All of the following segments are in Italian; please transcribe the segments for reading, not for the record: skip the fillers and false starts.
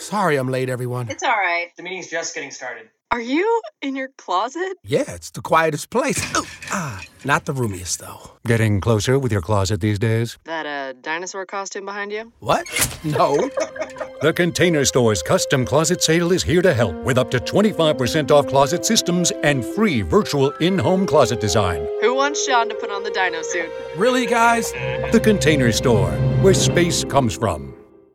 Sorry I'm late, everyone. It's all right. The meeting's just getting started. Are you in your closet? Yeah, it's the quietest place. Not the roomiest, though. Getting closer with your closet these days? That a dinosaur costume behind you? What? No. The Container Store's custom closet sale is here to help with up to 25% off closet systems and free virtual in-home closet design. Who wants Sean to put on the dino suit? Really, guys? The Container Store, where space comes from.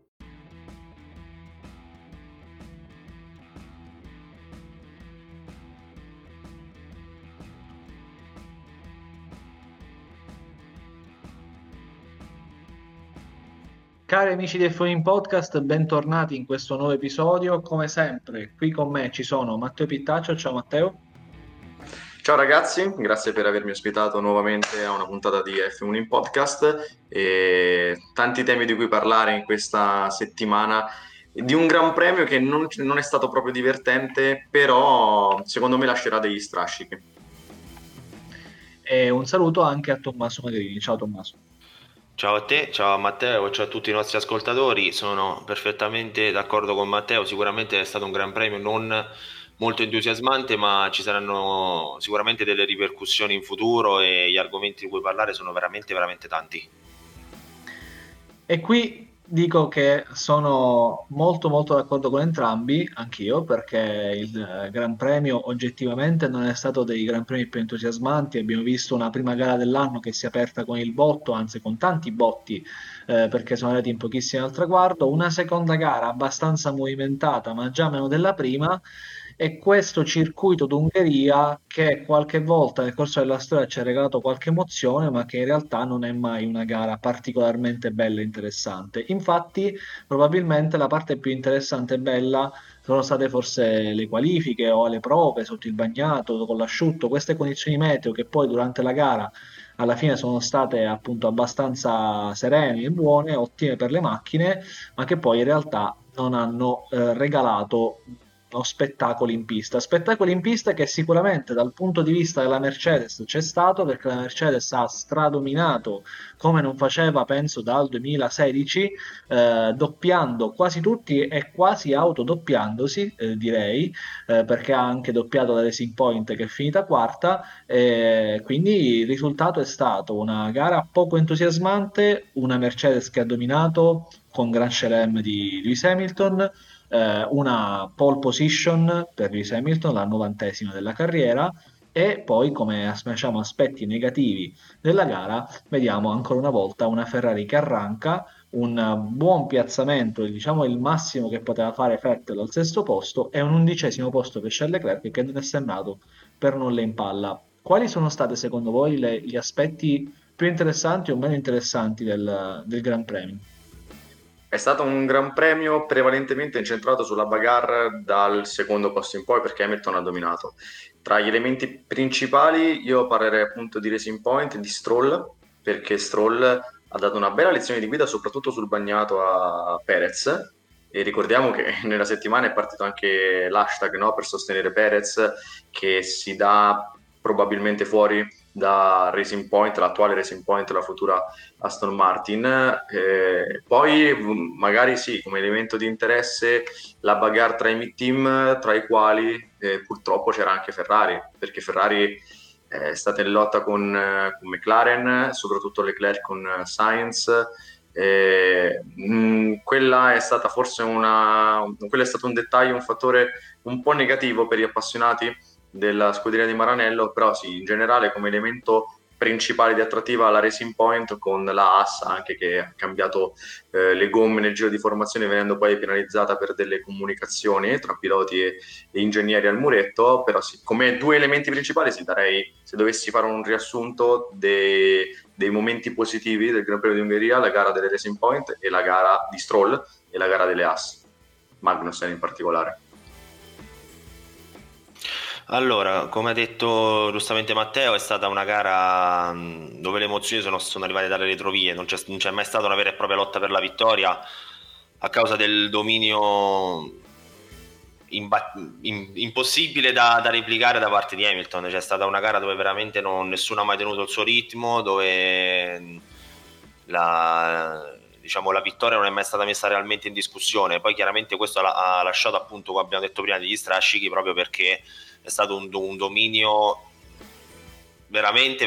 Cari amici di F1 Podcast, bentornati in questo nuovo episodio. Come sempre, qui con me ci sono Matteo Pittaccio. Ciao Matteo. Ciao ragazzi, grazie per avermi ospitato nuovamente a una puntata di F1 in Podcast e tanti temi di cui parlare in questa settimana di un Gran Premio che non è stato proprio divertente, però secondo me lascerà degli strascichi. E un saluto anche a Tommaso Magrini. Ciao Tommaso. Ciao a te, ciao a Matteo, ciao a tutti i nostri ascoltatori. Sono perfettamente d'accordo con Matteo, sicuramente è stato un Gran Premio non molto entusiasmante, ma ci saranno sicuramente delle ripercussioni in futuro e gli argomenti di cui parlare sono veramente veramente tanti. E qui dico che sono molto d'accordo con entrambi, anch'io, perché il Gran Premio oggettivamente non è stato dei Gran Premi più entusiasmanti. Abbiamo visto una prima gara dell'anno che si è aperta con il botto, anzi con tanti botti, perché sono andati in pochissimi al traguardo, una seconda gara abbastanza movimentata, ma già meno della prima, e questo circuito d'Ungheria che qualche volta nel corso della storia ci ha regalato qualche emozione, ma che in realtà non è mai una gara particolarmente bella e interessante. Infatti, probabilmente la parte più interessante e bella sono state forse le qualifiche o le prove sotto il bagnato, con l'asciutto, queste condizioni meteo che poi durante la gara alla fine sono state appunto abbastanza serene e buone, ottime per le macchine, ma che poi in realtà non hanno regalato spettacoli in pista che sicuramente dal punto di vista della Mercedes c'è stato, perché la Mercedes ha stradominato come non faceva penso dal 2016, doppiando quasi tutti e quasi autodoppiandosi, direi, perché ha anche doppiato la Racing Point che è finita quarta, quindi il risultato è stato una gara poco entusiasmante, una Mercedes che ha dominato con gran chelem di Lewis Hamilton, una pole position per Lewis Hamilton, la 90ª della carriera, e poi come diciamo, aspetti negativi della gara vediamo ancora una volta una Ferrari che arranca, un buon piazzamento, diciamo il massimo che poteva fare Vettel al sesto posto, e un 11° posto per Charles Leclerc che non è sembrato per nulla in palla. Quali sono state secondo voi gli aspetti più interessanti o meno interessanti del Gran Premio? È stato un Gran Premio prevalentemente incentrato sulla bagarre dal secondo posto in poi, perché Hamilton ha dominato. Tra gli elementi principali io parlerei appunto di Racing Point e di Stroll, perché Stroll ha dato una bella lezione di guida soprattutto sul bagnato a Perez, e ricordiamo che nella settimana è partito anche l'hashtag, no, per sostenere Perez, che si dà probabilmente fuori da Racing Point, l'attuale Racing Point, la futura Aston Martin. Poi magari sì, come elemento di interesse la bagarre tra i mid-team, tra i quali purtroppo c'era anche Ferrari, perché Ferrari è stata in lotta con McLaren, soprattutto Leclerc con Sainz. Quella è stata forse quello è stato un dettaglio, un fattore un po' negativo per gli appassionati della scuderia di Maranello, però sì, in generale come elemento principale di attrattiva la Racing Point, con la Haas anche che ha cambiato le gomme nel giro di formazione, venendo poi penalizzata per delle comunicazioni tra piloti e ingegneri al muretto. Però sì, come due elementi principali sì, darei, se dovessi fare un riassunto dei momenti positivi del Gran Premio di Ungheria, la gara delle Racing Point e la gara di Stroll e la gara delle Haas, Magnussen in particolare. Allora, come ha detto giustamente Matteo, è stata una gara dove le emozioni sono arrivate dalle retrovie, non c'è mai stata una vera e propria lotta per la vittoria a causa del dominio impossibile da replicare da parte di Hamilton. C'è stata una gara dove veramente nessuno ha mai tenuto il suo ritmo, dove diciamo, la vittoria non è mai stata messa realmente in discussione. Poi chiaramente questo ha lasciato, appunto, come abbiamo detto prima, degli strascichi, proprio perché è stato un dominio veramente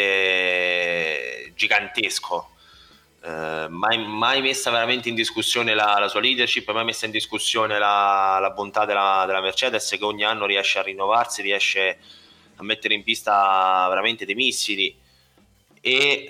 gigantesco. Mai messa veramente in discussione la sua leadership, mai messa in discussione la bontà della Mercedes, che ogni anno riesce a rinnovarsi, riesce a mettere in pista veramente dei missili, e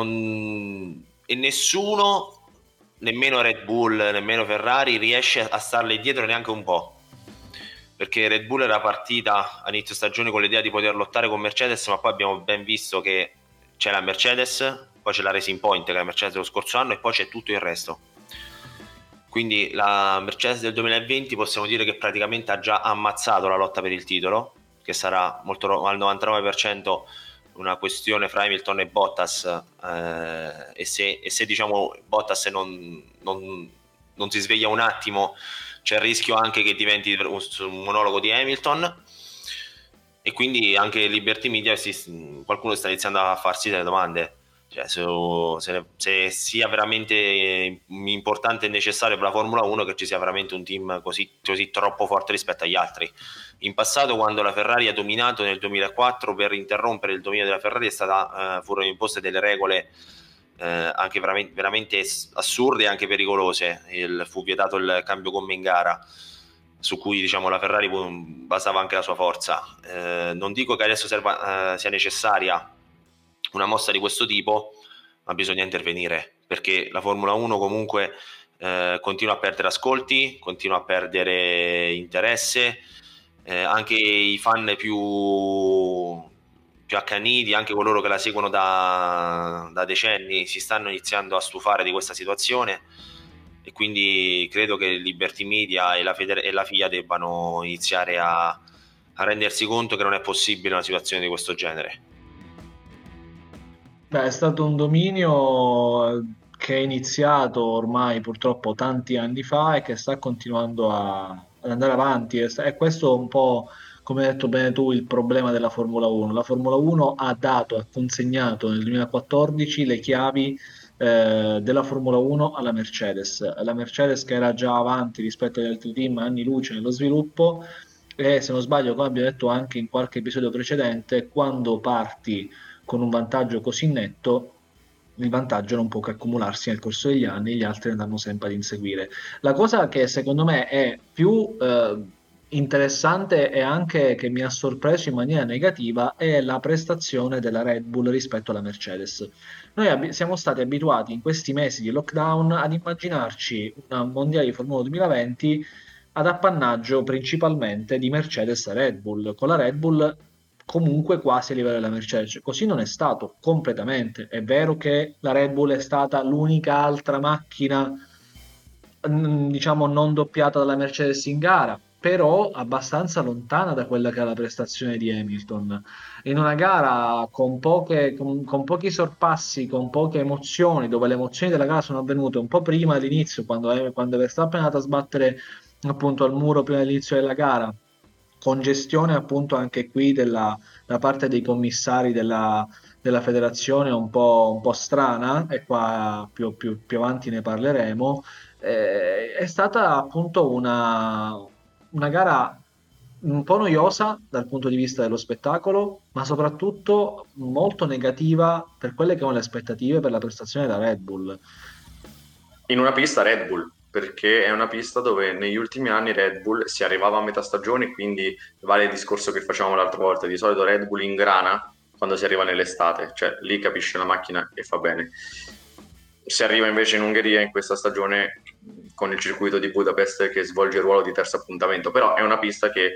nessuno, nemmeno Red Bull, nemmeno Ferrari, riesce a starle dietro neanche un po', perché Red Bull era partita a inizio stagione con l'idea di poter lottare con Mercedes, ma poi abbiamo ben visto che c'è la Mercedes, poi c'è la Racing Point, che è la Mercedes dello scorso anno, e poi c'è tutto il resto. Quindi la Mercedes del 2020 possiamo dire che praticamente ha già ammazzato la lotta per il titolo, che sarà molto al 99% una questione fra Hamilton e Bottas, e se diciamo Bottas non si sveglia un attimo, c'è il rischio anche che diventi un monologo di Hamilton. E quindi anche Liberty Media qualcuno sta iniziando a farsi delle domande, cioè se sia veramente importante e necessario per la Formula 1 che ci sia veramente un team così troppo forte rispetto agli altri. In passato, quando la Ferrari ha dominato nel 2004, per interrompere il dominio della Ferrari furono imposte delle regole anche veramente assurde e anche pericolose. Fu vietato il cambio gomme in gara, su cui, diciamo, la Ferrari basava anche la sua forza. Non dico che adesso sia necessaria una mossa di questo tipo, ma bisogna intervenire, perché la Formula 1 comunque continua a perdere ascolti, continua a perdere interesse, anche i fan più accaniti, anche coloro che la seguono da decenni, si stanno iniziando a stufare di questa situazione, e quindi credo che Liberty Media e la FIA debbano iniziare a rendersi conto che non è possibile una situazione di questo genere. Beh, è stato un dominio che è iniziato ormai purtroppo tanti anni fa e che sta continuando ad andare avanti, e questo un po', come hai detto bene tu, il problema della Formula 1. La Formula 1 ha consegnato nel 2014 le chiavi della Formula 1 alla Mercedes. La Mercedes, che era già avanti rispetto agli altri team, anni luce nello sviluppo, e se non sbaglio, come abbiamo detto anche in qualche episodio precedente, quando parti con un vantaggio così netto, il vantaggio non può che accumularsi nel corso degli anni, gli altri andranno sempre ad inseguire. La cosa che secondo me è più interessante e anche che mi ha sorpreso in maniera negativa è la prestazione della Red Bull rispetto alla Mercedes. Noi siamo stati abituati in questi mesi di lockdown ad immaginarci una mondiale di Formula 1 2020 ad appannaggio principalmente di Mercedes e Red Bull, con la Red Bull comunque quasi a livello della Mercedes. Così non è stato completamente. È vero che la Red Bull è stata l'unica altra macchina, diciamo, non doppiata dalla Mercedes in gara, però abbastanza lontana da quella che è la prestazione di Hamilton. In una gara con pochi sorpassi, con poche emozioni, dove le emozioni della gara sono avvenute un po' prima dell'inizio, quando Verstappen è andato a sbattere appunto al muro prima dell'inizio della gara, con gestione appunto anche qui da parte dei commissari della federazione un po' strana, e qua più avanti ne parleremo. È stata appunto una gara un po' noiosa dal punto di vista dello spettacolo, ma soprattutto molto negativa per quelle che sono le aspettative per la prestazione da Red Bull. In una pista Red Bull, perché è una pista dove negli ultimi anni Red Bull si arrivava a metà stagione, quindi vale il discorso che facevamo l'altra volta, di solito Red Bull ingrana quando si arriva nell'estate, cioè lì capisce la macchina e fa bene. Si arriva invece in Ungheria in questa stagione con il circuito di Budapest che svolge il ruolo di terzo appuntamento, però è una pista che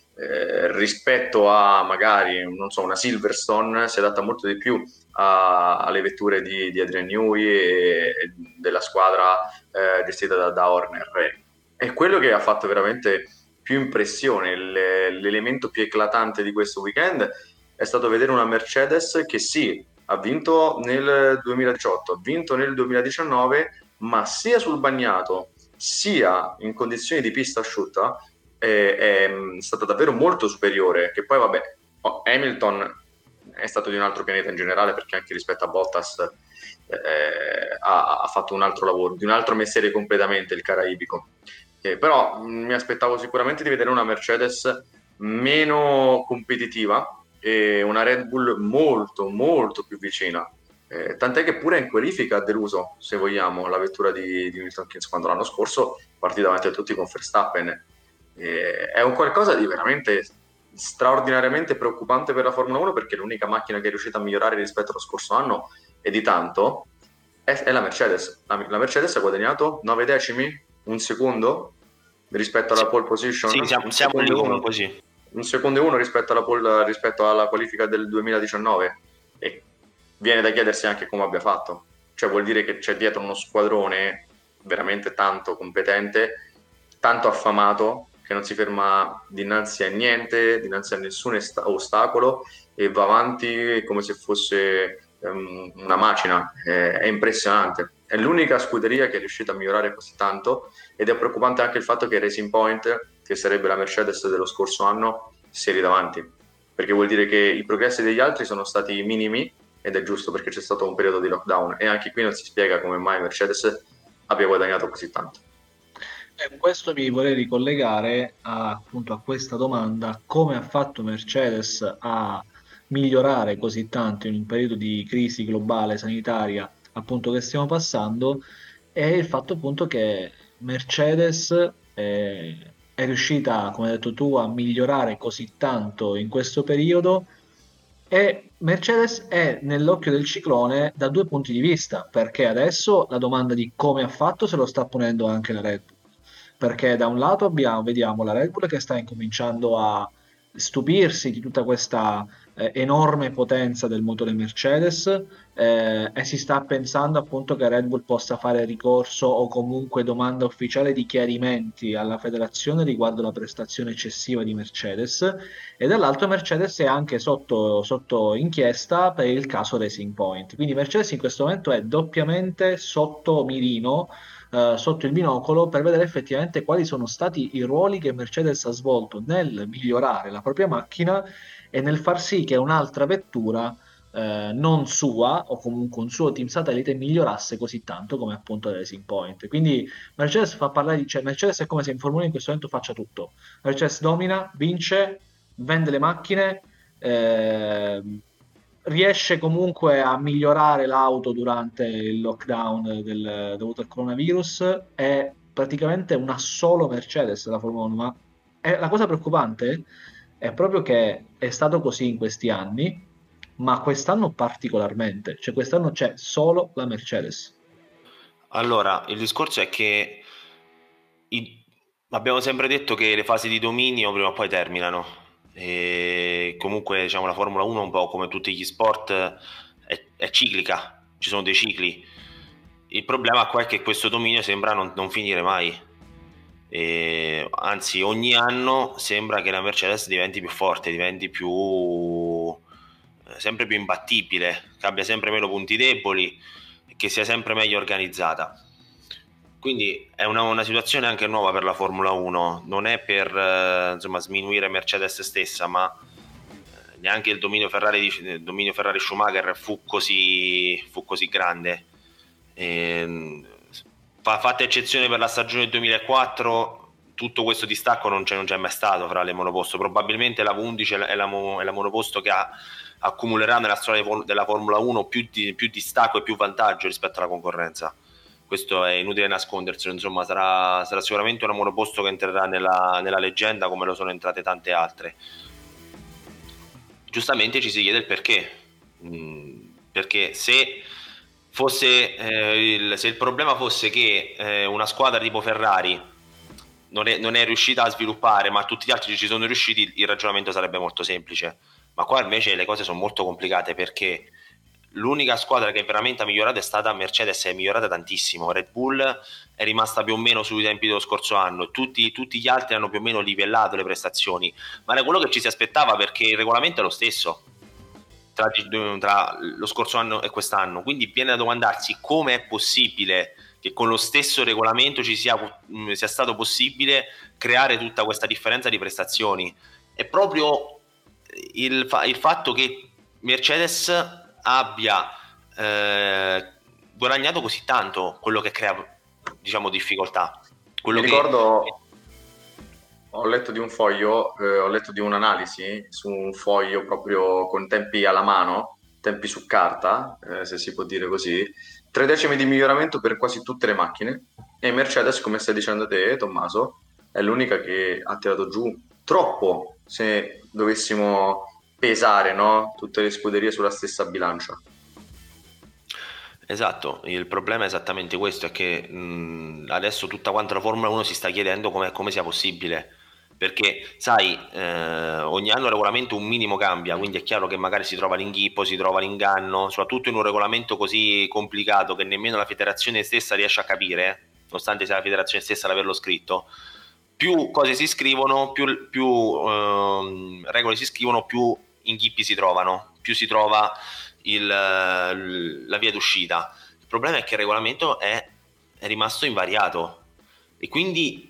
rispetto a magari, non so, una Silverstone si adatta molto di più alle vetture di Adrian Newey e della squadra gestita da Horner. È quello che ha fatto veramente più impressione. L'elemento più eclatante di questo weekend è stato vedere una Mercedes che sì, ha vinto nel 2018, ha vinto nel 2019, ma sia sul bagnato sia in condizioni di pista asciutta è stata davvero molto superiore. Che poi vabbè, Hamilton è stato di un altro pianeta in generale, perché anche rispetto a Bottas ha fatto un altro lavoro, di un altro mestiere completamente, il caraibico. Però mi aspettavo sicuramente di vedere una Mercedes meno competitiva e una Red Bull molto molto più vicina. Tant'è che pure in qualifica ha deluso, se vogliamo, la vettura di Milton Keynes, quando l'anno scorso partì davanti a tutti con Verstappen. È un qualcosa di veramente straordinariamente preoccupante per la Formula 1, perché l'unica macchina che è riuscita a migliorare rispetto allo scorso anno, e di tanto, è la Mercedes. La Mercedes ha guadagnato 9 decimi, un secondo rispetto alla pole position. Sì, siamo lì comunque, sì. Un secondo e uno rispetto alla qualifica del 2019, e viene da chiedersi anche come abbia fatto. Cioè, vuol dire che c'è dietro uno squadrone veramente tanto competente, tanto affamato, che non si ferma dinanzi a niente, dinanzi a nessun ostacolo, e va avanti come se fosse una macina. È impressionante. È l'unica scuderia che è riuscita a migliorare così tanto, ed è preoccupante anche il fatto che Racing Point, che sarebbe la Mercedes dello scorso anno, sia lì davanti, perché vuol dire che i progressi degli altri sono stati minimi, ed è giusto, perché c'è stato un periodo di lockdown, e anche qui non si spiega come mai Mercedes abbia guadagnato così tanto. E con questo mi vorrei ricollegare appunto a questa domanda: come ha fatto Mercedes a migliorare così tanto in un periodo di crisi globale sanitaria appunto che stiamo passando? È il fatto appunto che Mercedes è riuscita, come hai detto tu, a migliorare così tanto in questo periodo, e Mercedes è nell'occhio del ciclone da due punti di vista, perché adesso la domanda di come ha fatto se lo sta ponendo anche la Red Bull, perché da un lato vediamo la Red Bull che sta incominciando a stupirsi di tutta questa enorme potenza del motore Mercedes, e si sta pensando appunto che Red Bull possa fare ricorso o comunque domanda ufficiale di chiarimenti alla federazione riguardo la prestazione eccessiva di Mercedes, e dall'altro Mercedes è anche sotto inchiesta per il caso Racing Point. Quindi Mercedes in questo momento è doppiamente sotto mirino, sotto il binocolo, per vedere effettivamente quali sono stati i ruoli che Mercedes ha svolto nel migliorare la propria macchina e nel far sì che un'altra vettura non sua, o comunque un suo team satellite, migliorasse così tanto come appunto Racing Point. Quindi Mercedes fa parlare cioè Mercedes è come se in Formula 1 in questo momento faccia tutto. Mercedes domina, vince, vende le macchine, riesce comunque a migliorare l'auto durante il lockdown dovuto al coronavirus. È praticamente una solo Mercedes la Formula 1, ma la cosa preoccupante è proprio che è stato così in questi anni, ma quest'anno particolarmente, cioè quest'anno c'è solo la Mercedes. Allora, il discorso è che abbiamo sempre detto che le fasi di dominio prima o poi terminano, e comunque diciamo la Formula 1, un po' come tutti gli sport, è ciclica, ci sono dei cicli. Il problema qua è che questo dominio sembra non finire mai, anzi ogni anno sembra che la Mercedes diventi più forte, diventi sempre più imbattibile, che abbia sempre meno punti deboli e che sia sempre meglio organizzata. Quindi è una situazione anche nuova per la Formula 1, non è per insomma sminuire Mercedes stessa, ma neanche il dominio Ferrari Schumacher fu così grande. Fatta eccezione per la stagione 2004, tutto questo distacco non c'è mai stato fra le monoposto. Probabilmente la V11 è la monoposto che accumulerà nella storia della Formula 1 più distacco e più vantaggio rispetto alla concorrenza. Questo è inutile nasconderselo, insomma sarà sicuramente una monoposto che entrerà nella leggenda, come lo sono entrate tante altre. Giustamente ci si chiede il perché, perché se il problema fosse che una squadra tipo Ferrari non è riuscita a sviluppare, ma tutti gli altri ci sono riusciti, il ragionamento sarebbe molto semplice. Ma qua invece le cose sono molto complicate, perché l'unica squadra che veramente ha migliorato è stata Mercedes, è migliorata tantissimo. Red Bull è rimasta più o meno sui tempi dello scorso anno, tutti gli altri hanno più o meno livellato le prestazioni, ma era quello che ci si aspettava, perché il regolamento è lo stesso tra lo scorso anno e quest'anno. Quindi viene da domandarsi come è possibile che con lo stesso regolamento sia stato possibile creare tutta questa differenza di prestazioni. È proprio il fatto che Mercedes abbia guadagnato così tanto, quello che crea, diciamo, difficoltà. Mi ricordo, ho letto di un foglio, ho letto di un'analisi su un foglio proprio con tempi alla mano, tempi su carta, se si può dire così, 3 decimi di miglioramento per quasi tutte le macchine, e Mercedes, come stai dicendo te, Tommaso, è l'unica che ha tirato giù troppo, se dovessimo pesare, no, tutte le scuderie sulla stessa bilancia. Esatto, il problema è esattamente questo, è che adesso tutta quanta la Formula 1 si sta chiedendo come sia possibile, perché sai, ogni anno il regolamento un minimo cambia, quindi è chiaro che magari si trova l'inghippo, si trova l'inganno, soprattutto in un regolamento così complicato che nemmeno la federazione stessa riesce a capire, nonostante sia la federazione stessa ad averlo scritto. Più cose si scrivono, più regole si scrivono, più inghippi si trovano, più si trova la via d'uscita. Il problema è che il regolamento è rimasto invariato e quindi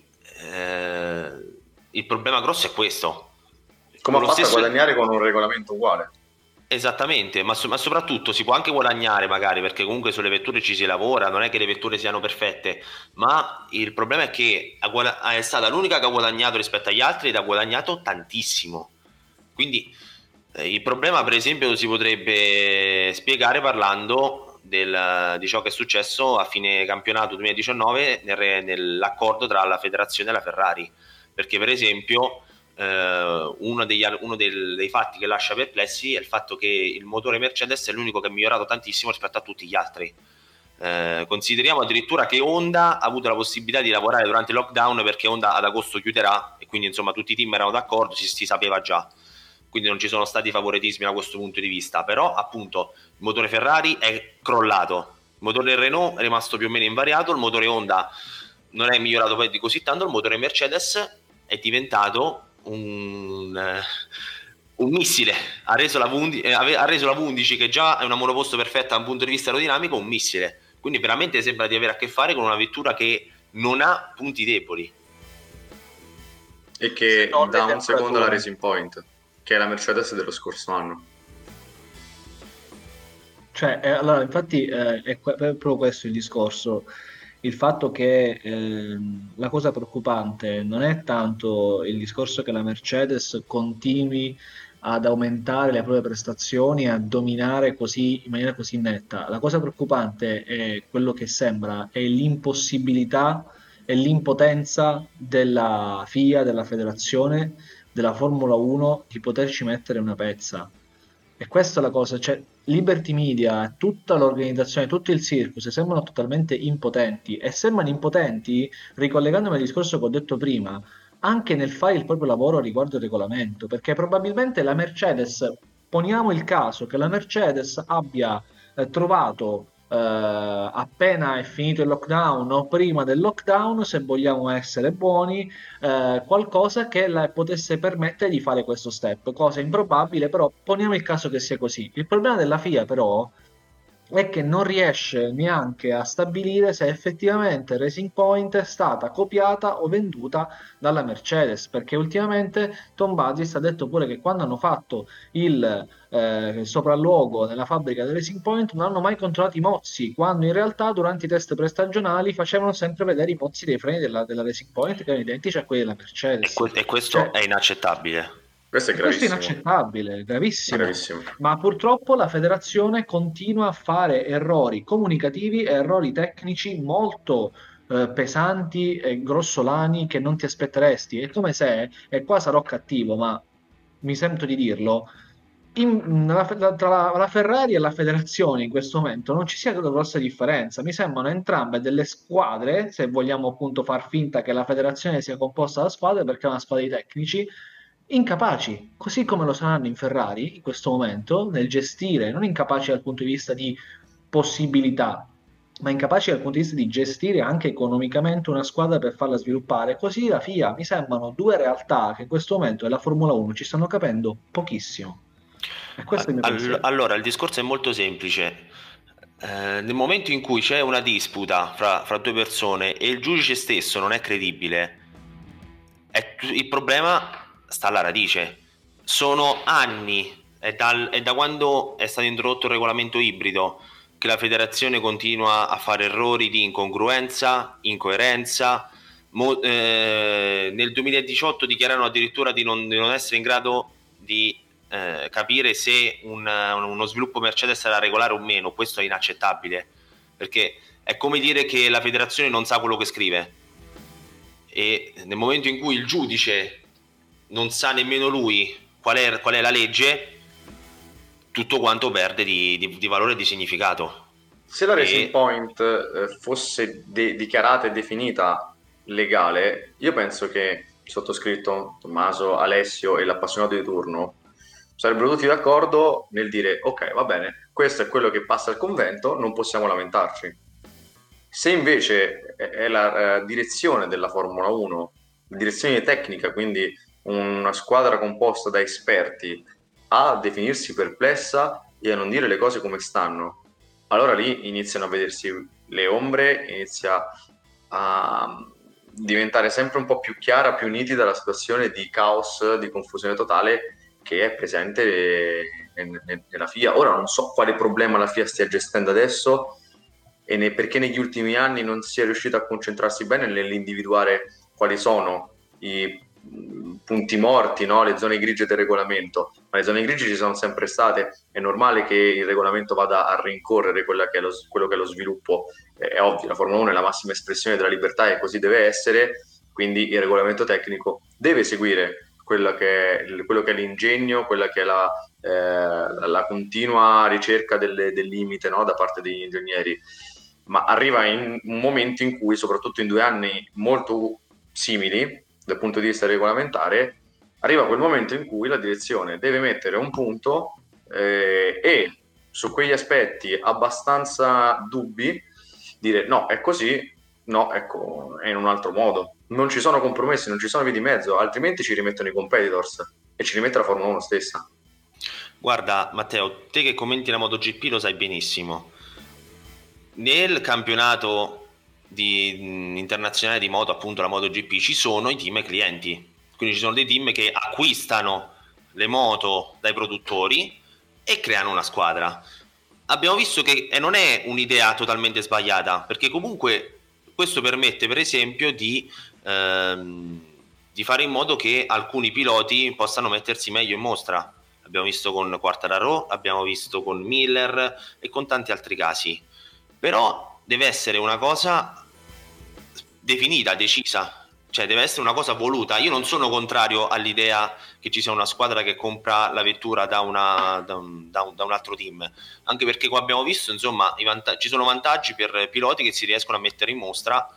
il problema grosso è questo. Come ha fatto a guadagnare con un regolamento uguale? Esattamente, ma soprattutto si può anche guadagnare magari, perché comunque sulle vetture ci si lavora, non è che le vetture siano perfette, ma il problema è che è stata l'unica che ha guadagnato rispetto agli altri ed ha guadagnato tantissimo. Quindi il problema, per esempio, lo si potrebbe spiegare parlando di ciò che è successo a fine campionato 2019 nell'accordo tra la federazione e la Ferrari, perché per esempio uno dei fatti che lascia perplessi è il fatto che il motore Mercedes è l'unico che è migliorato tantissimo rispetto a tutti gli altri. Consideriamo addirittura che Honda ha avuto la possibilità di lavorare durante il lockdown, perché Honda ad agosto chiuderà e quindi insomma tutti i team erano d'accordo, si sapeva già, quindi non ci sono stati favoritismi da questo punto di vista. Però appunto il motore Ferrari è crollato, il motore Renault è rimasto più o meno invariato, il motore Honda non è migliorato poi di così tanto, il motore Mercedes è diventato un missile, ha reso la V11, che già è una monoposto perfetta da un punto di vista aerodinamico, un missile. Quindi veramente sembra di avere a che fare con una vettura che non ha punti deboli e che dà un secondo alla Racing Point, che è la Mercedes dello scorso anno. Cioè, allora, infatti è proprio questo il discorso. Il fatto che la cosa preoccupante non è tanto il discorso che la Mercedes continui ad aumentare le proprie prestazioni e a dominare così in maniera così netta. La cosa preoccupante è quello che sembra, è l'impossibilità e l'impotenza della FIA, della federazione, della Formula 1 di poterci mettere una pezza. E questa è la cosa, cioè Liberty Media, tutta l'organizzazione, tutto il circus sembrano totalmente impotenti, e sembrano impotenti, ricollegandomi al discorso che ho detto prima, anche nel fare il proprio lavoro riguardo il regolamento, perché probabilmente la Mercedes, poniamo il caso che la Mercedes abbia trovato appena è finito il lockdown o prima del lockdown, se vogliamo essere buoni, qualcosa che la potesse permettere di fare questo step, cosa improbabile, però poniamo il caso che sia così. Il problema della FIA però è che non riesce neanche a stabilire se effettivamente Racing Point è stata copiata o venduta dalla Mercedes, perché ultimamente Tom Bazis ha detto pure che quando hanno fatto il sopralluogo nella fabbrica del Racing Point non hanno mai controllato i mozzi, quando in realtà durante i test prestagionali facevano sempre vedere i mozzi dei freni della Racing Point, che erano identici a quelli della Mercedes. E questo è inaccettabile. Questo è gravissimo. Questo è inaccettabile, gravissimo. Gravissimo. Ma purtroppo la federazione continua a fare errori comunicativi e errori tecnici molto pesanti e grossolani che non ti aspetteresti. È come se, e qua sarò cattivo, ma mi sento di dirlo, tra la Ferrari e la federazione in questo momento non ci sia una grossa differenza. Mi sembrano entrambe delle squadre, se vogliamo appunto far finta che la federazione sia composta da squadre, perché è una squadra di tecnici incapaci, così come lo saranno in Ferrari in questo momento nel gestire, non incapaci dal punto di vista di possibilità, ma incapaci dal punto di vista di gestire anche economicamente una squadra per farla sviluppare. Così la FIA, mi sembrano due realtà che in questo momento nella Formula 1 ci stanno capendo pochissimo. E questo è il mio pensiero. Allora, il discorso è molto semplice. Nel momento in cui c'è una disputa fra due persone e il giudice stesso non è credibile, il problema sta alla radice. Sono anni è da quando è stato introdotto il regolamento ibrido che la federazione continua a fare errori di incongruenza, incoerenza. Nel 2018 dichiarano addirittura di non essere in grado di capire se uno sviluppo Mercedes sarà regolare o meno. Questo è inaccettabile, perché è come dire che la federazione non sa quello che scrive, e nel momento in cui il giudice non sa nemmeno lui qual è la legge, tutto quanto perde di valore e di significato. Se la Racing Point fosse dichiarata e definita legale, io penso che sottoscritto, Tommaso, Alessio e l'appassionato di turno sarebbero tutti d'accordo nel dire ok, va bene, questo è quello che passa al convento, non possiamo lamentarci. Se invece è la direzione della Formula 1, direzione tecnica, quindi una squadra composta da esperti, a definirsi perplessa e a non dire le cose come stanno, allora lì iniziano a vedersi le ombre, inizia a diventare sempre un po' più chiara, più nitida la situazione di caos, di confusione totale che è presente nella FIA. Ora non so quale problema la FIA stia gestendo adesso e perché negli ultimi anni non sia riuscita a concentrarsi bene nell'individuare quali sono i punti morti, no? Le zone grigie del regolamento. Ma le zone grigie ci sono sempre state, è normale che il regolamento vada a rincorrere quello che è lo sviluppo, è ovvio, la Formula 1 è la massima espressione della libertà e così deve essere, quindi il regolamento tecnico deve seguire quello che è l'ingegno, quella che è la continua ricerca del limite, no? Da parte degli ingegneri. Ma arriva in un momento in cui, soprattutto in 2 anni molto simili dal punto di vista regolamentare, arriva quel momento in cui la direzione deve mettere un punto e su quegli aspetti abbastanza dubbi dire no, è così, no, ecco, è in un altro modo. Non ci sono compromessi, non ci sono vie di mezzo, altrimenti ci rimettono i competitors e ci rimette la Formula 1 stessa. Guarda Matteo, te che commenti la MotoGP lo sai benissimo. Nel campionato internazionale di moto, appunto la MotoGP, ci sono i team clienti, quindi ci sono dei team che acquistano le moto dai produttori e creano una squadra. Abbiamo visto che non è un'idea totalmente sbagliata, perché comunque questo permette per esempio di fare in modo che alcuni piloti possano mettersi meglio in mostra. L'abbiamo visto con Quartararo, l'abbiamo visto con Miller e con tanti altri casi. Però deve essere una cosa definita, decisa, cioè deve essere una cosa voluta. Io non sono contrario all'idea che ci sia una squadra che compra la vettura da un altro team, anche perché come abbiamo visto, insomma, ci sono vantaggi per piloti che si riescono a mettere in mostra,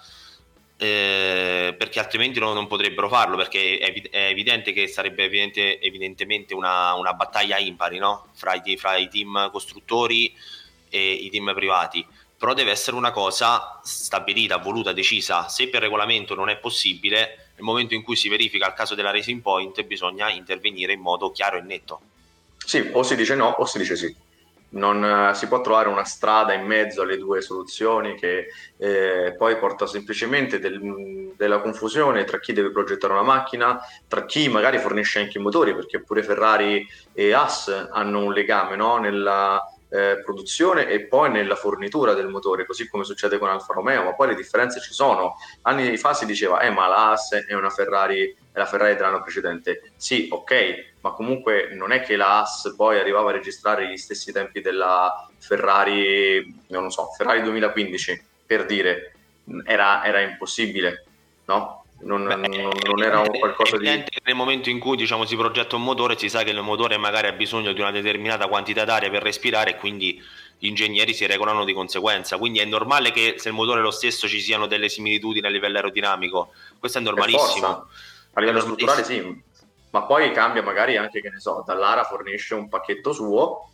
perché altrimenti non potrebbero farlo, perché è evidente che sarebbe evidentemente una battaglia impari, no? fra i team costruttori e i team privati. Però deve essere una cosa stabilita, voluta, decisa. Se per regolamento non è possibile, nel momento in cui si verifica il caso della Racing Point bisogna intervenire in modo chiaro e netto. Sì, o si dice no o si dice sì. Non si può trovare una strada in mezzo alle due soluzioni che poi porta semplicemente della confusione tra chi deve progettare una macchina, tra chi magari fornisce anche i motori, perché pure Ferrari e Haas hanno un legame, no? Nella produzione e poi nella fornitura del motore, così come succede con Alfa Romeo, ma poi le differenze ci sono. Anni fa si diceva ma la Haas è una Ferrari, è la Ferrari dell'anno precedente. Sì, ok, ma comunque non è che la Haas poi arrivava a registrare gli stessi tempi della Ferrari, non so, Ferrari 2015, per dire, era impossibile, no? Non era un qualcosa di... Nel momento in cui, diciamo, si progetta un motore, si sa che il motore magari ha bisogno di una determinata quantità d'aria per respirare e quindi gli ingegneri si regolano di conseguenza. Quindi è normale che se il motore è lo stesso ci siano delle similitudini a livello aerodinamico. Questo è normalissimo. A livello strutturale sì, ma poi cambia magari anche, che ne so, Dallara fornisce un pacchetto suo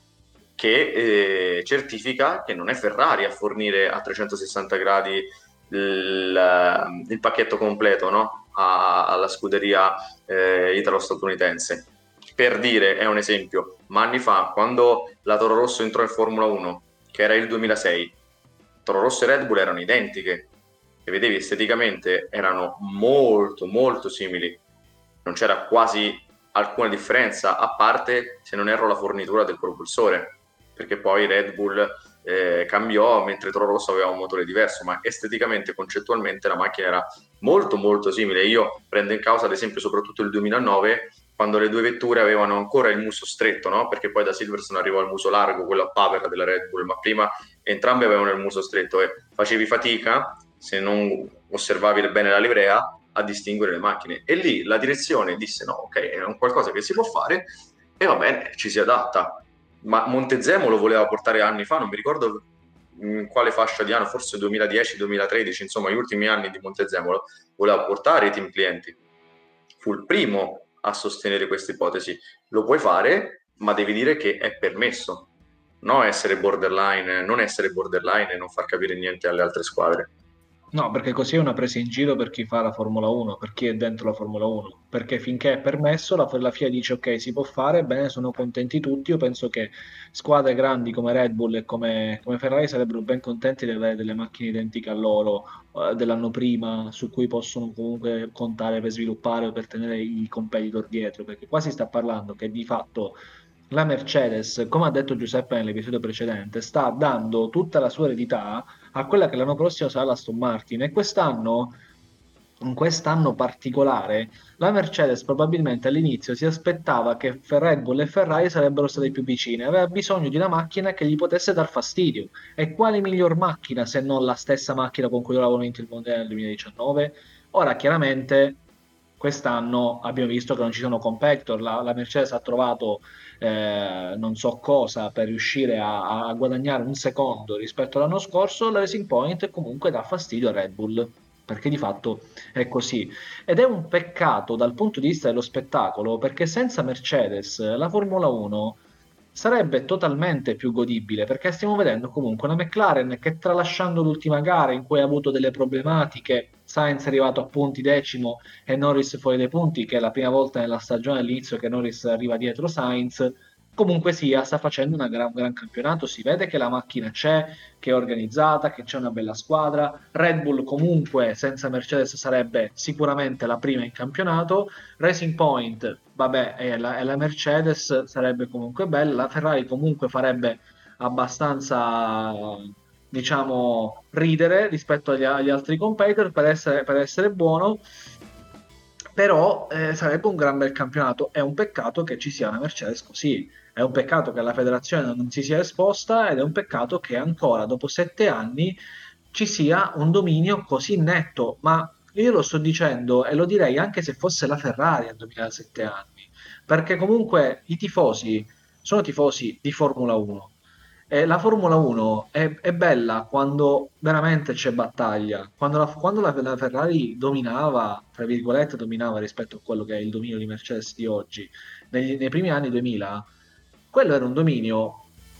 che certifica che non è Ferrari a fornire a 360 gradi il pacchetto completo, no? Alla scuderia italo-statunitense. Per dire, è un esempio, ma anni fa, quando la Toro Rosso entrò in Formula 1, che era il 2006, Toro Rosso e Red Bull erano identiche, e vedevi esteticamente erano molto molto simili, non c'era quasi alcuna differenza, a parte, se non erro, la fornitura del propulsore, perché poi Red Bull cambiò, mentre Toro Rosso aveva un motore diverso, ma esteticamente, concettualmente la macchina era molto molto simile. Io prendo in causa ad esempio soprattutto il 2009, quando le due vetture avevano ancora il muso stretto, no? Perché poi da Silverstone arrivò al muso largo, quello a papera della Red Bull, ma prima entrambe avevano il muso stretto e facevi fatica, se non osservavi bene la livrea, a distinguere le macchine. E lì la direzione disse no, ok, è un qualcosa che si può fare e va bene, ci si adatta. Ma Montezemolo lo voleva portare anni fa, non mi ricordo in quale fascia di anno, forse 2010-2013, insomma gli ultimi anni di Montezemolo, voleva portare i team clienti. Fu il primo a sostenere questa ipotesi. Lo puoi fare, ma devi dire che è permesso, non essere borderline e non far capire niente alle altre squadre. No, perché così è una presa in giro per chi fa la Formula 1, per chi è dentro la Formula 1, perché finché è permesso la FIA dice ok, si può fare, bene, sono contenti tutti. Io penso che squadre grandi come Red Bull e come Ferrari sarebbero ben contenti di avere delle macchine identiche a loro dell'anno prima, su cui possono comunque contare per sviluppare o per tenere i competitor dietro, perché qua si sta parlando che di fatto la Mercedes, come ha detto Giuseppe nell'episodio precedente, sta dando tutta la sua eredità a quella che l'anno prossimo sarà la Aston Martin, e in quest'anno particolare, la Mercedes probabilmente all'inizio si aspettava che Red Bull e Ferrari sarebbero state più vicine, aveva bisogno di una macchina che gli potesse dar fastidio. E quale miglior macchina se non la stessa macchina con cui loro avevano vinto il mondiale nel 2019? Ora, chiaramente, quest'anno abbiamo visto che non ci sono competitor, la Mercedes ha trovato non so cosa per riuscire a guadagnare un secondo rispetto all'anno scorso. La Racing Point comunque dà fastidio a Red Bull, perché di fatto è così. Ed è un peccato dal punto di vista dello spettacolo, perché senza Mercedes la Formula 1 sarebbe totalmente più godibile, perché stiamo vedendo comunque una McLaren che, tralasciando l'ultima gara in cui ha avuto delle problematiche, Sainz è arrivato a punti decimo e Norris fuori dai punti, che è la prima volta nella stagione all'inizio che Norris arriva dietro Sainz. Comunque sia, sta facendo un gran campionato, si vede che la macchina c'è, che è organizzata, che c'è una bella squadra. Red Bull comunque senza Mercedes sarebbe sicuramente la prima in campionato. Racing Point, vabbè, è la Mercedes, sarebbe comunque bella. La Ferrari comunque farebbe abbastanza, diciamo, ridere rispetto agli altri competitor per essere buono. Però sarebbe un gran bel campionato. È un peccato che ci sia una Mercedes così, è un peccato che la federazione non si sia esposta, ed è un peccato che ancora dopo 7 anni ci sia un dominio così netto. Ma io lo sto dicendo e lo direi anche se fosse la Ferrari a 2007 anni, perché comunque i tifosi sono tifosi di Formula 1. E la Formula 1 è bella quando veramente c'è battaglia, quando la Ferrari dominava, tra virgolette, dominava rispetto a quello che è il dominio di Mercedes di oggi. Nei primi anni 2000, quello era un dominio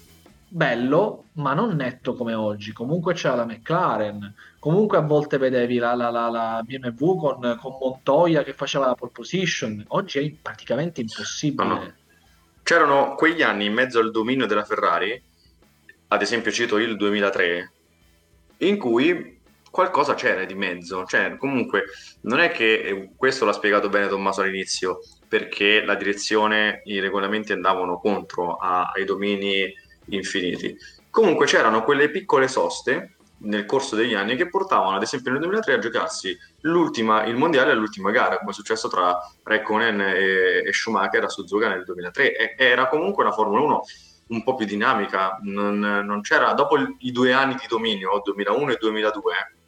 bello, ma non netto come oggi. Comunque c'era la McLaren, comunque a volte vedevi la BMW con Montoya che faceva la pole position. Oggi è praticamente impossibile. No. C'erano quegli anni in mezzo al dominio della Ferrari, ad esempio cito il 2003, in cui qualcosa c'era di mezzo, cioè comunque non è che, questo l'ha spiegato bene Tommaso all'inizio, perché la direzione, i regolamenti andavano contro ai domini infiniti. Comunque c'erano quelle piccole soste nel corso degli anni che portavano ad esempio nel 2003 a giocarsi il mondiale all'ultima gara, come è successo tra Räikkönen e Schumacher a Suzuka nel 2003. Era comunque una Formula 1 un po' più dinamica, non c'era, dopo i 2 anni di dominio, 2001 e 2002,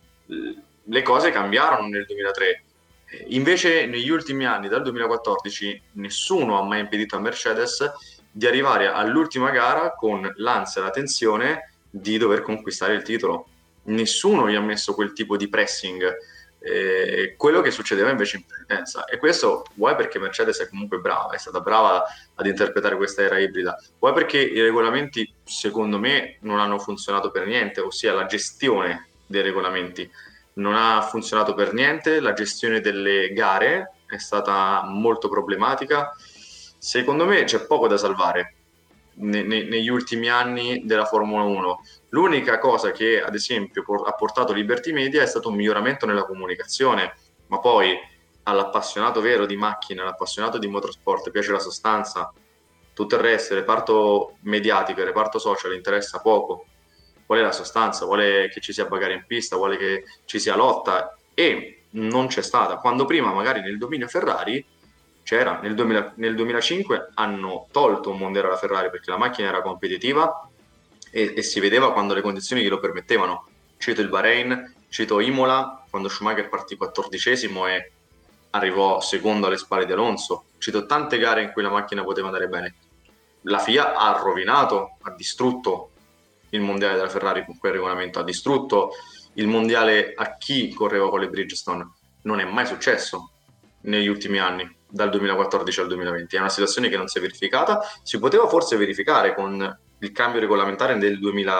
le cose cambiarono nel 2003. Invece negli ultimi anni, dal 2014, nessuno ha mai impedito a Mercedes di arrivare all'ultima gara con l'ansia e la tensione di dover conquistare il titolo. Nessuno gli ha messo quel tipo di pressing, quello che succedeva invece in precedenza. E questo vuoi perché Mercedes è comunque brava, è stata brava ad interpretare questa era ibrida, vuoi perché i regolamenti secondo me non hanno funzionato per niente, ossia la gestione dei regolamenti non ha funzionato per niente, la gestione delle gare è stata molto problematica. Secondo me c'è poco da salvare negli ultimi anni della Formula 1. L'unica cosa che ad esempio ha portato Liberty Media è stato un miglioramento nella comunicazione, ma poi all'appassionato vero di macchina, all'appassionato di motorsport, piace la sostanza, tutto il resto, il reparto mediatico, il reparto social interessa poco. Vuole la sostanza, vuole che ci sia bagarre in pista, vuole che ci sia lotta, e non c'è stata. Quando prima magari nel dominio Ferrari c'era, nel 2005 hanno tolto un mondiale alla Ferrari perché la macchina era competitiva e si vedeva quando le condizioni glielo permettevano. Cito il Bahrain, cito Imola, quando Schumacher partì 14esimo e arrivò secondo alle spalle di Alonso. Cito tante gare in cui la macchina poteva andare bene. La FIA ha rovinato, ha distrutto il mondiale della Ferrari con quel regolamento, ha distrutto il mondiale a chi correva con le Bridgestone. Non è mai successo negli ultimi anni, dal 2014 al 2020. È una situazione che non si è verificata, si poteva forse verificare con il cambio regolamentare del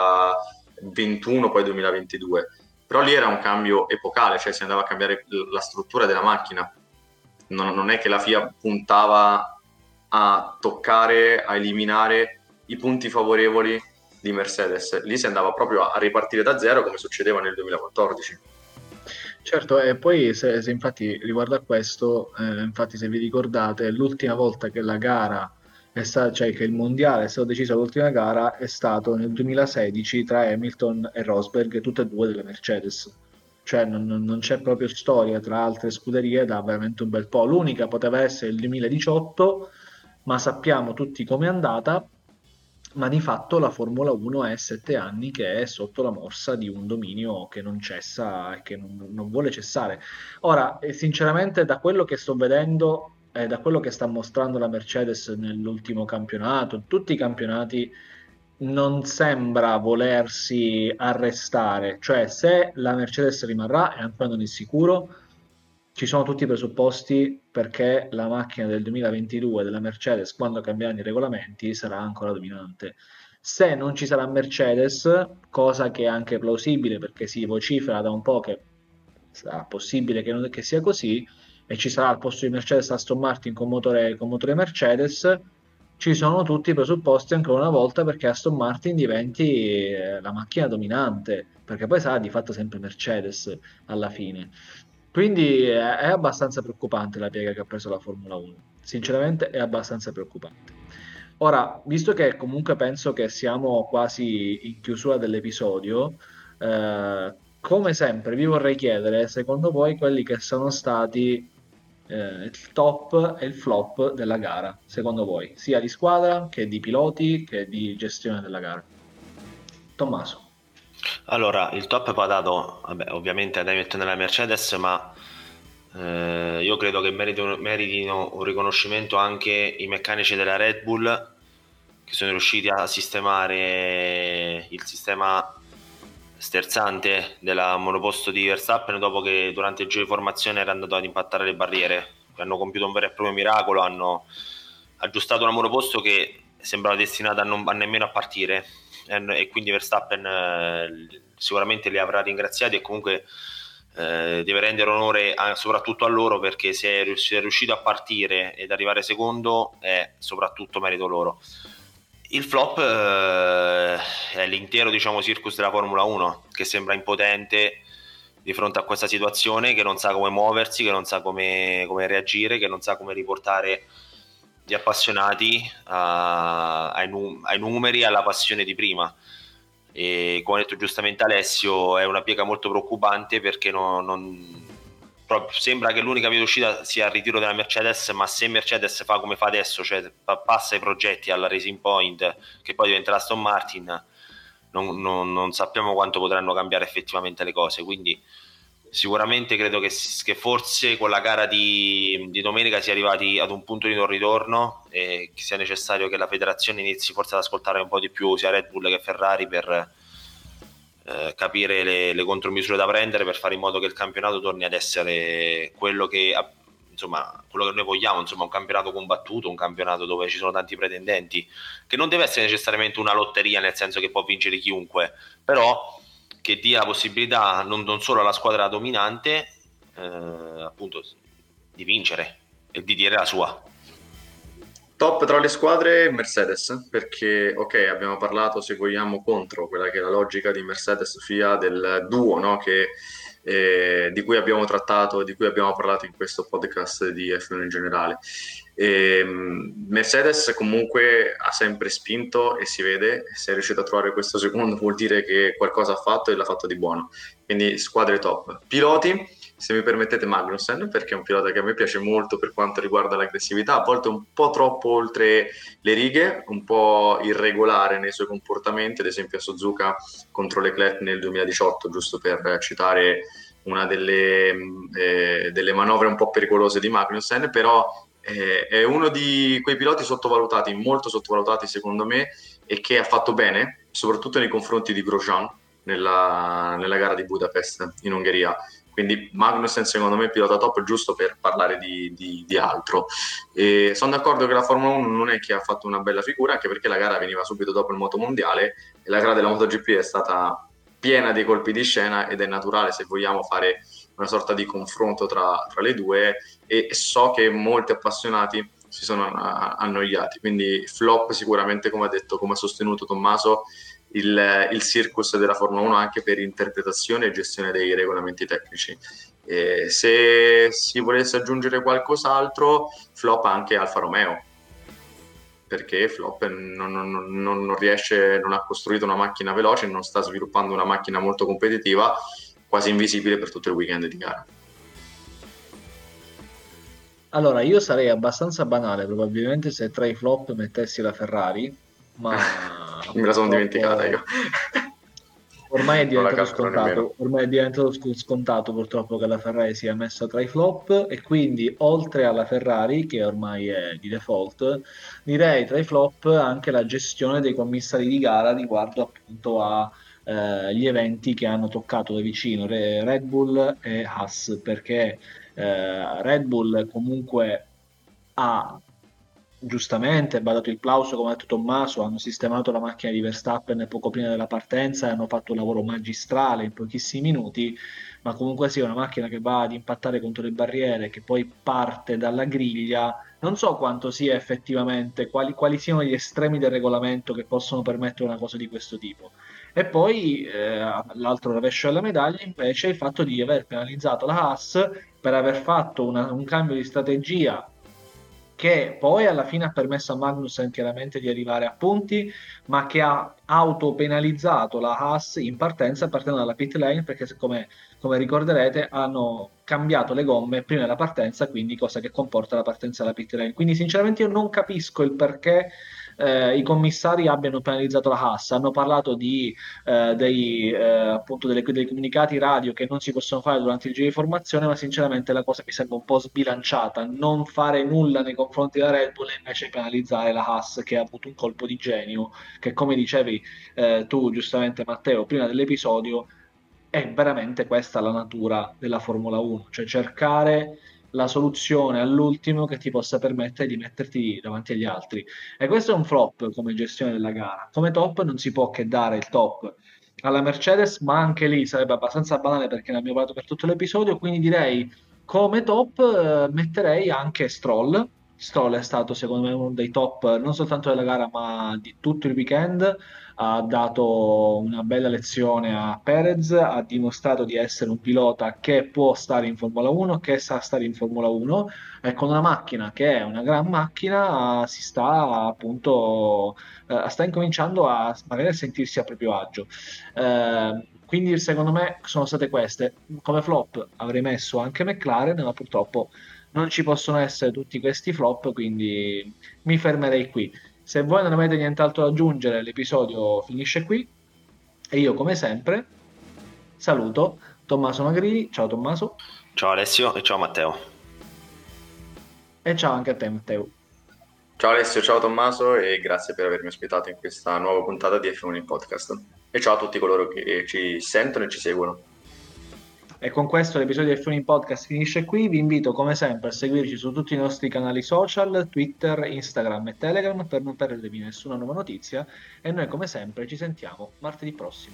2021, poi 2022, però lì era un cambio epocale, cioè si andava a cambiare la struttura della macchina. Non è che la FIA puntava a toccare, a eliminare i punti favorevoli di Mercedes, lì si andava proprio a ripartire da zero come succedeva nel 2014. Certo, e poi se infatti riguardo a questo, infatti se vi ricordate, l'ultima volta che la gara cioè che il mondiale è stato deciso, l'ultima gara è stato nel 2016 tra Hamilton e Rosberg, tutte e due delle Mercedes. Cioè non c'è proprio storia tra altre scuderie da veramente un bel po'. L'unica poteva essere il 2018, ma sappiamo tutti com'è andata. Ma di fatto la Formula 1 è 7 anni che è sotto la morsa di un dominio che non cessa e che non vuole cessare. Ora, sinceramente, da quello che sto vedendo, da quello che sta mostrando la Mercedes nell'ultimo campionato, tutti i campionati, non sembra volersi arrestare. Cioè, se la Mercedes rimarrà, e ancora non è sicuro, ci sono tutti i presupposti perché la macchina del 2022 della Mercedes, quando cambieranno i regolamenti, sarà ancora dominante. Se non ci sarà Mercedes, cosa che è anche plausibile perché si vocifera da un po' che sarà possibile che sia così, e ci sarà al posto di Mercedes Aston Martin con motore Mercedes, ci sono tutti i presupposti ancora una volta perché Aston Martin diventi la macchina dominante, perché poi sarà di fatto sempre Mercedes alla fine. Quindi è abbastanza preoccupante la piega che ha preso la Formula 1. Sinceramente è abbastanza preoccupante. Ora, visto che comunque penso che siamo quasi in chiusura dell'episodio, come sempre vi vorrei chiedere, secondo voi, quelli che sono stati il top e il flop della gara, secondo voi, sia di squadra che di piloti che di gestione della gara. Tommaso. Allora, il top va dato, ovviamente ad Hamilton nella Mercedes, ma io credo che meritino un riconoscimento anche i meccanici della Red Bull, che sono riusciti a sistemare il sistema sterzante della monoposto di Verstappen dopo che durante il giro di formazione era andato ad impattare le barriere. Hanno compiuto un vero e proprio miracolo, hanno aggiustato una monoposto che sembrava destinata a nemmeno a partire, e quindi Verstappen sicuramente li avrà ringraziati, e comunque deve rendere onore soprattutto a loro, perché se è riuscito a partire ed arrivare secondo è soprattutto merito loro. Il flop è l'intero, diciamo, circus della Formula 1, che sembra impotente di fronte a questa situazione, che non sa come muoversi, che non sa come reagire, che non sa come riportare gli appassionati ai numeri, alla passione di prima. E come ha detto giustamente Alessio, è una piega molto preoccupante, perché sembra che l'unica via d'uscita sia il ritiro della Mercedes, ma se Mercedes fa come fa adesso, cioè passa i progetti alla Racing Point, che poi diventerà Aston Martin, non sappiamo quanto potranno cambiare effettivamente le cose. Quindi sicuramente credo che forse con la gara di domenica si è arrivati ad un punto di non ritorno, e che sia necessario che la federazione inizi forse ad ascoltare un po' di più sia Red Bull che Ferrari per capire le contromisure da prendere, per fare in modo che il campionato torni ad essere quello che noi vogliamo, insomma, un campionato combattuto, un campionato dove ci sono tanti pretendenti, che non deve essere necessariamente una lotteria, nel senso che può vincere chiunque, però che dia la possibilità non solo alla squadra dominante appunto di vincere e di dire la sua. Top tra le squadre Mercedes, perché ok, abbiamo parlato, se vogliamo, contro quella che è la logica di Mercedes FIA del duo, no? Che di cui abbiamo trattato, di cui abbiamo parlato in questo podcast di F1 in generale. Mercedes comunque ha sempre spinto e si vede, se è riuscito a trovare questo secondo vuol dire che qualcosa ha fatto e l'ha fatto di buono, quindi squadre top. Piloti, se mi permettete, Magnussen, perché è un pilota che a me piace molto per quanto riguarda l'aggressività, a volte un po' troppo oltre le righe, un po' irregolare nei suoi comportamenti, ad esempio a Suzuka contro Leclerc nel 2018, giusto per citare una delle manovre un po' pericolose di Magnussen, però è uno di quei piloti sottovalutati, molto sottovalutati secondo me, e che ha fatto bene, soprattutto nei confronti di Grosjean nella gara di Budapest in Ungheria. Quindi Magnussen secondo me è pilota top, giusto per parlare di altro. E sono d'accordo che la Formula 1 non è che ha fatto una bella figura, anche perché la gara veniva subito dopo il motomondiale e la gara della MotoGP è stata piena di colpi di scena ed è naturale se vogliamo fare una sorta di confronto tra le due, e so che molti appassionati si sono annoiati, quindi flop sicuramente, come ha detto, come ha sostenuto Tommaso, il circus della Formula 1 anche per interpretazione e gestione dei regolamenti tecnici. Se si volesse aggiungere qualcos'altro, flop anche Alfa Romeo, perché flop non riesce, non ha costruito una macchina veloce, non sta sviluppando una macchina molto competitiva, quasi invisibile per tutto il weekend di gara. Allora, io sarei abbastanza banale probabilmente se tra i flop mettessi la Ferrari, ma Me la sono dimenticata io. Ormai è Non la diventato calcolo nemmeno. scontato, ormai è diventato scontato purtroppo che la Ferrari sia messa tra i flop, e quindi oltre alla Ferrari, che ormai è di default, direi tra i flop anche la gestione dei commissari di gara riguardo appunto a gli eventi che hanno toccato da vicino Red Bull e Haas, perché Red Bull comunque ha giustamente dato il plauso, come ha detto Tommaso, hanno sistemato la macchina di Verstappen poco prima della partenza e hanno fatto un lavoro magistrale in pochissimi minuti, ma comunque sia una macchina che va ad impattare contro le barriere, che poi parte dalla griglia. Non so quanto sia effettivamente, quali siano gli estremi del regolamento che possono permettere una cosa di questo tipo. E poi l'altro rovescio della medaglia invece è il fatto di aver penalizzato la Haas per aver fatto un cambio di strategia che poi alla fine ha permesso a Magnussen chiaramente di arrivare a punti, ma che ha autopenalizzato la Haas in partenza partendo dalla pit lane, perché come ricorderete hanno cambiato le gomme prima della partenza, quindi cosa che comporta la partenza dalla pit lane. Quindi sinceramente io non capisco il perché i commissari abbiano penalizzato la Haas. Hanno parlato appunto dei comunicati radio che non si possono fare durante il giro di formazione, ma sinceramente la cosa mi sembra un po' sbilanciata. Non fare nulla nei confronti della Red Bull e invece penalizzare la Haas, che ha avuto un colpo di genio, che come dicevi tu giustamente Matteo prima dell'episodio, è veramente questa la natura della Formula 1, cioè cercare la soluzione all'ultimo che ti possa permettere di metterti davanti agli altri. E questo è un flop come gestione della gara. Come top non si può che dare il top alla Mercedes, ma anche lì sarebbe abbastanza banale perché ne abbiamo parlato per tutto l'episodio, quindi direi come top metterei anche Stroll. Stroll è stato secondo me uno dei top non soltanto della gara ma di tutto il weekend, ha dato una bella lezione a Perez, ha dimostrato di essere un pilota che può stare in Formula 1, che sa stare in Formula 1, e con una macchina che è una gran macchina si sta appunto sta incominciando magari a sentirsi a proprio agio. Quindi secondo me sono state queste. Come flop avrei messo anche McLaren, ma purtroppo non ci possono essere tutti questi flop, quindi mi fermerei qui. Se voi non avete nient'altro da aggiungere, l'episodio finisce qui e io come sempre saluto Tommaso Magrini. Ciao Tommaso. Ciao Alessio e ciao Matteo. E ciao anche a te Matteo. Ciao Alessio, ciao Tommaso e grazie per avermi ospitato in questa nuova puntata di F1 in Podcast. E ciao a tutti coloro che ci sentono e ci seguono. E con questo l'episodio di F1 in Podcast finisce qui. Vi invito come sempre a seguirci su tutti i nostri canali social, Twitter, Instagram e Telegram per non perdervi nessuna nuova notizia, e noi come sempre ci sentiamo martedì prossimo.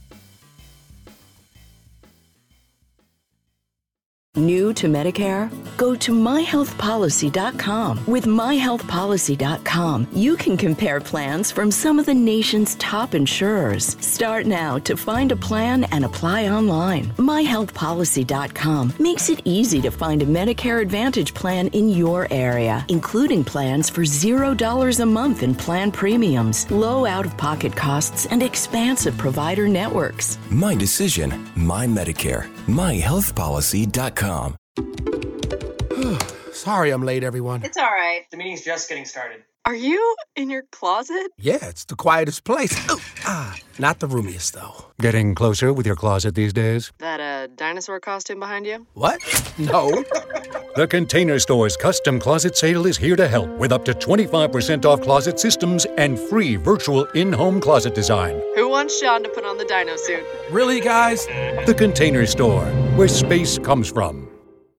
New to Medicare? Go to myhealthpolicy.com. With myhealthpolicy.com, you can compare plans from some of the nation's top insurers. Start now to find a plan and apply online. myhealthpolicy.com makes it easy to find a Medicare Advantage plan in your area, including plans for $0 a month in plan premiums, low out-of-pocket costs, and expansive provider networks. My decision, my Medicare. myhealthpolicy.com. Sorry I'm late, everyone. It's all right. The meeting's just getting started. Are you in your closet? Yeah, it's the quietest place. Not the roomiest, though. Getting closer with your closet these days? That dinosaur costume behind you? What? No. The Container Store's custom closet sale is here to help with up to 25% off closet systems and free virtual in-home closet design. Who wants Sean to put on the dino suit? Really, guys? The Container Store, where space comes from.